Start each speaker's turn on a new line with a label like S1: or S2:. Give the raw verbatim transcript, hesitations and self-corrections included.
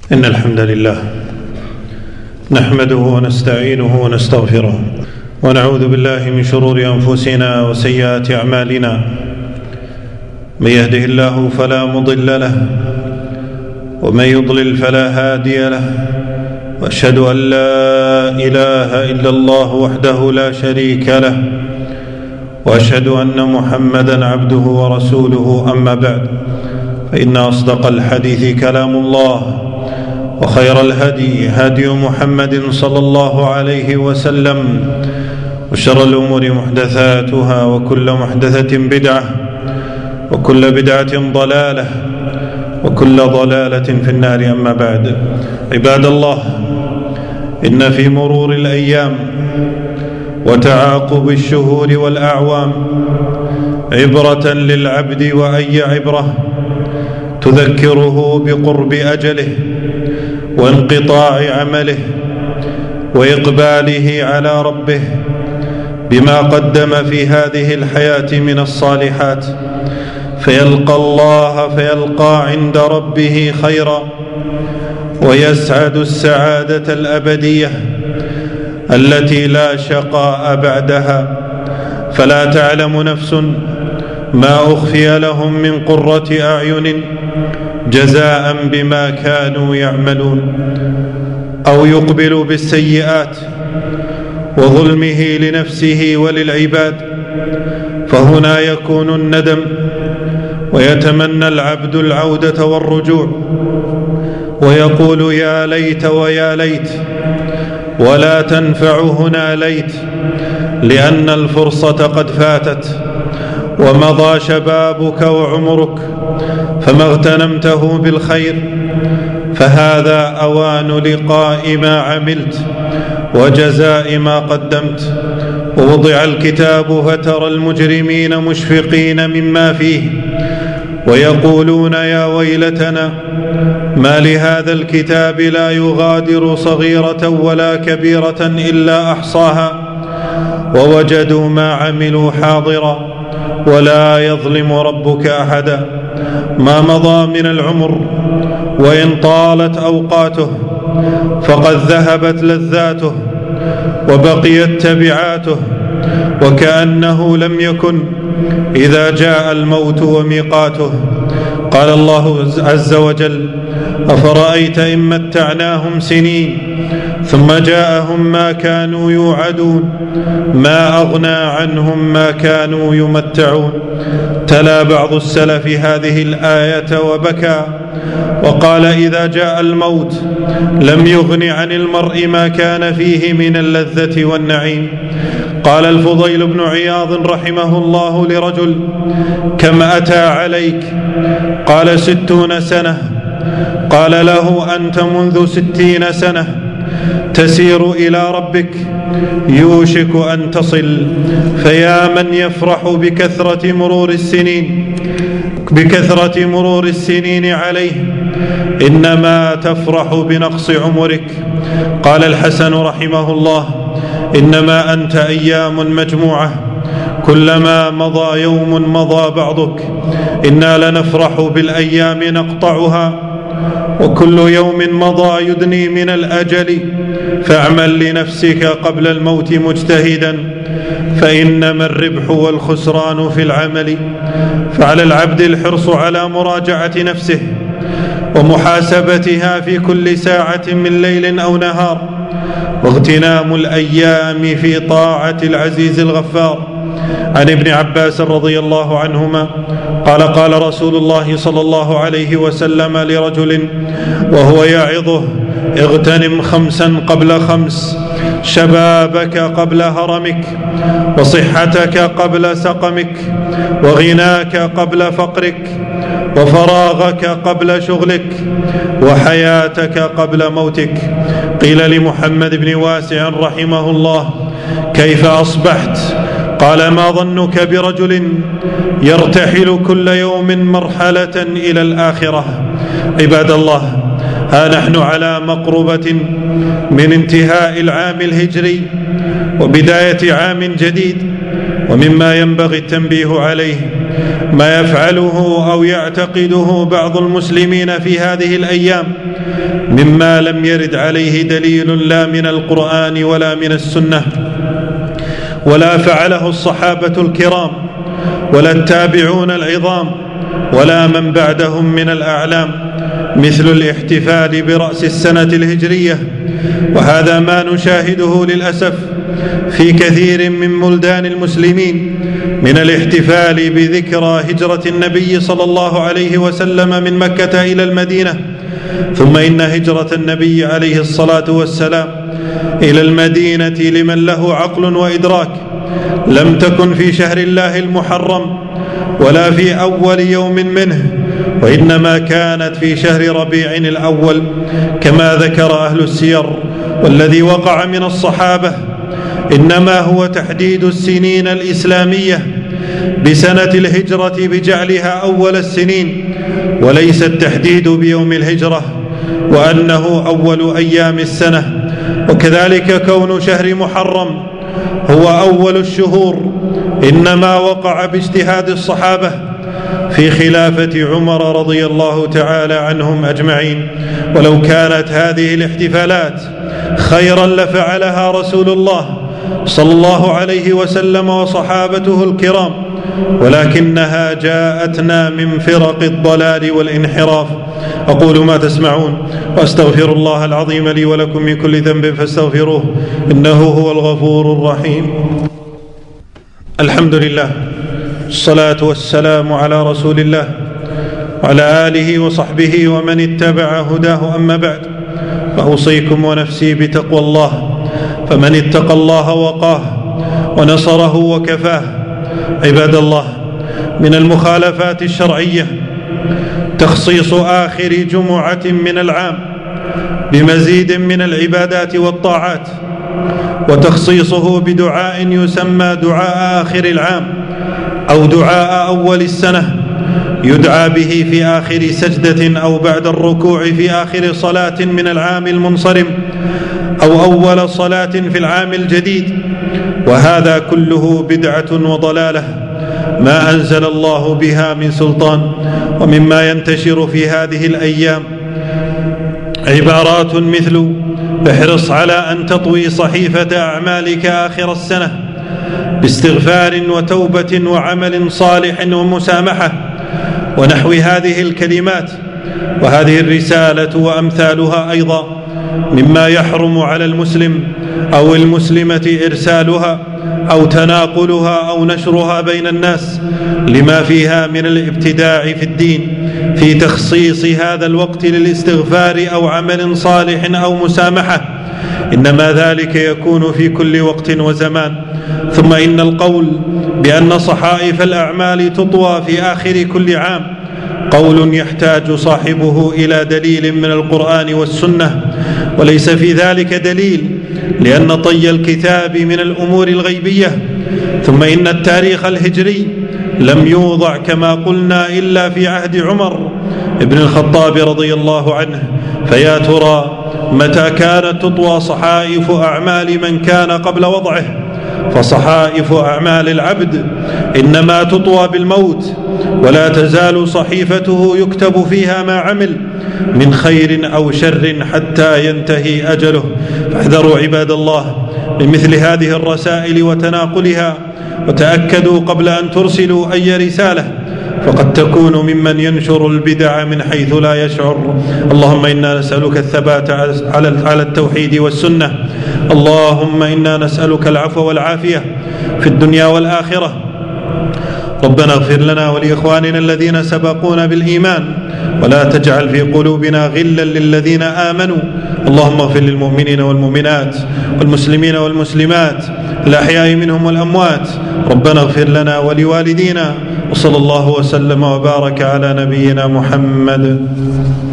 S1: إن الحمد لله نحمده ونستعينه ونستغفره ونعوذ بالله من شرور أنفسنا وسيئات أعمالنا. من يهده الله فلا مضل له ومن يضلل فلا هادي له، وأشهد أن لا إله إلا الله وحده لا شريك له، وأشهد أن محمدًا عبده ورسوله. أما بعد، فإن أصدق الحديث كلام الله، وخير الهدي هدي محمد صلى الله عليه وسلم، وشر الأمور محدثاتها، وكل محدثة بدعة، وكل بدعة ضلالة، وكل ضلالة في النار. أما بعد، عباد الله، إن في مرور الأيام وتعاقب الشهور والأعوام عبرة للعبد، وأي عبرة تذكره بقرب أجله وانقطاع عمله وإقباله على ربه بما قدم في هذه الحياة من الصالحات، فيلقى الله فيلقى عند ربه خيرا ويسعد السعادة الأبدية التي لا شقاء بعدها. فلا تعلم نفس ما أخفي لهم من قرة أعين جزاء بما كانوا يعملون. أو يقبل بالسيئات وظلمه لنفسه وللعباد، فهنا يكون الندم، ويتمنى العبد العودة والرجوع، ويقول يا ليت ويا ليت، ولا تنفع هنا ليت، لأن الفرصة قد فاتت، ومضى شبابك وعمرك، فما اغتنمته بالخير، فهذا أوان لقاء ما عملت وجزاء ما قدمت. ووضع الكتاب فترى المجرمين مشفقين مما فيه، ويقولون يا ويلتنا ما لهذا الكتاب لا يغادر صغيرة ولا كبيرة إلا أحصاها، ووجدوا ما عملوا حاضرا ولا يظلم ربك أحدا. ما مضى من العمر وإن طالت أوقاته فقد ذهبت لذاته وبقيت تبعاته، وكأنه لم يكن إذا جاء الموت وميقاته. قال الله عز وجل: أفرأيت إن متعناهم سنين ثم جاءهم ما كانوا يوعدون ما أغنى عنهم ما كانوا يمتعون. تلا بعض السلف هذه الآية وبكى وقال: إذا جاء الموت لم يغن عن المرء ما كان فيه من اللذة والنعيم. قال الفضيل بن عياض رحمه الله لرجل: كم أتى عليك؟ قال: ستون سنة. قال له: أنت منذ ستين سنة تسير إلى ربك، يوشك أن تصل. فيا من يفرح بكثرة مرور السنين بكثرة مرور السنين عليه، إنما تفرح بنقص عمرك. قال الحسن رحمه الله: إنما أنت أيام مجموعة، كلما مضى يوم مضى بعضك. إنا لنفرح بالأيام نقطعها، وكل يوم مضى يدني من الأجل. فاعمل لنفسك قبل الموت مجتهدا، فإنما الربح والخسران في العمل. فعلى العبد الحرص على مراجعة نفسه ومحاسبتها في كل ساعة من ليل أو نهار، واغتنام الأيام في طاعة العزيز الغفار. عن ابن عباس رضي الله عنهما قال: قال رسول الله صلى الله عليه وسلم لرجل وهو يعظه: اغتنم خمسا قبل خمس، شبابك قبل هرمك، وصحتك قبل سقمك، وغناك قبل فقرك، وفراغك قبل شغلك، وحياتك قبل موتك. قيل لمحمد بن واسع رحمه الله: كيف أصبحت؟ قال: ما ظنك برجل يرتحل كل يوم مرحلة إلى الآخرة؟ عباد الله، ها نحن على مقربة من انتهاء العام الهجري وبداية عام جديد، ومما ينبغي التنبيه عليه ما يفعله أو يعتقده بعض المسلمين في هذه الأيام مما لم يرد عليه دليل لا من القرآن ولا من السنة، ولا فعله الصحابة الكرام ولا التابعون العظام ولا من بعدهم من الأعلام، مثل الاحتفال برأس السنة الهجرية. وهذا ما نشاهده للأسف في كثير من بلدان المسلمين من الاحتفال بذكرى هجرة النبي صلى الله عليه وسلم من مكة إلى المدينة. ثم إن هجرة النبي عليه الصلاة والسلام إلى المدينة لمن له عقل وإدراك لم تكن في شهر الله المحرم ولا في أول يوم منه، وإنما كانت في شهر ربيع الأول كما ذكر أهل السير. والذي وقع من الصحابة إنما هو تحديد السنين الإسلامية بسنة الهجرة بجعلها أول السنين، وليس التحديد بيوم الهجرة وأنه أول أيام السنة. وكذلك كون شهر محرم هو أول الشهور إنما وقع باجتهاد الصحابة في خلافة عمر رضي الله تعالى عنهم أجمعين. ولو كانت هذه الاحتفالات خيرا لفعلها رسول الله صلى الله عليه وسلم وصحابته الكرام، ولكنها جاءتنا من فرق الضلال والانحراف. أقول ما تسمعون وأستغفر الله العظيم لي ولكم من كل ذنب فاستغفروه إنه هو الغفور الرحيم. الحمد لله، الصلاة والسلام على رسول الله وعلى آله وصحبه ومن اتبع هداه. أما بعد، فأوصيكم ونفسي بتقوى الله، فمن اتقى الله وقاه ونصره وكفاه. عباد الله، من المخالفات الشرعية تخصيص آخر جمعة من العام بمزيد من العبادات والطاعات، وتخصيصه بدعاء يسمى دعاء آخر العام أو دعاء أول السنة، يدعى به في آخر سجدة أو بعد الركوع في آخر صلاة من العام المنصرم أو أول صلاة في العام الجديد. وهذا كله بدعة وضلالة ما أنزل الله بها من سلطان. ومما ينتشر في هذه الأيام عبارات مثل: احرص على أن تطوي صحيفة أعمالك آخر السنة باستغفار وتوبة وعمل صالح ومسامحة، ونحو هذه الكلمات. وهذه الرسالة وأمثالها أيضا مما يحرم على المسلم أو المسلمة إرسالها أو تناقلها أو نشرها بين الناس، لما فيها من الابتداع في الدين في تخصيص هذا الوقت للاستغفار أو عمل صالح أو مسامحة، إنما ذلك يكون في كل وقت وزمان. ثم إن القول بأن صحائف الأعمال تطوى في آخر كل عام قول يحتاج صاحبه إلى دليل من القرآن والسنة، وليس في ذلك دليل، لأن طي الكتاب من الأمور الغيبية. ثم إن التاريخ الهجري لم يوضع كما قلنا إلا في عهد عمر ابن الخطاب رضي الله عنه، فيا ترى متى كانت تطوى صحائف أعمال من كان قبل وضعه؟ فصحائف أعمال العبد إنما تطوى بالموت، ولا تزال صحيفته يكتب فيها ما عمل من خير أو شر حتى ينتهي أجله. فاحذروا عباد الله بمثل هذه الرسائل وتناقلها، وتأكدوا قبل أن ترسلوا أي رسالة، فقد تكون ممن ينشر البدع من حيث لا يشعر. اللهم إنا نسألك الثبات على التوحيد والسنة. اللهم إنا نسألك العفو والعافية في الدنيا والآخرة. ربنا اغفر لنا ولإخواننا الذين سبقونا بالإيمان، ولا تجعل في قلوبنا غلا للذين آمنوا. اللهم اغفر للمؤمنين والمؤمنات والمسلمين والمسلمات الأحياء منهم والأموات. ربنا اغفر لنا ولوالدينا، وصلى الله وسلم وبارك على نبينا محمد.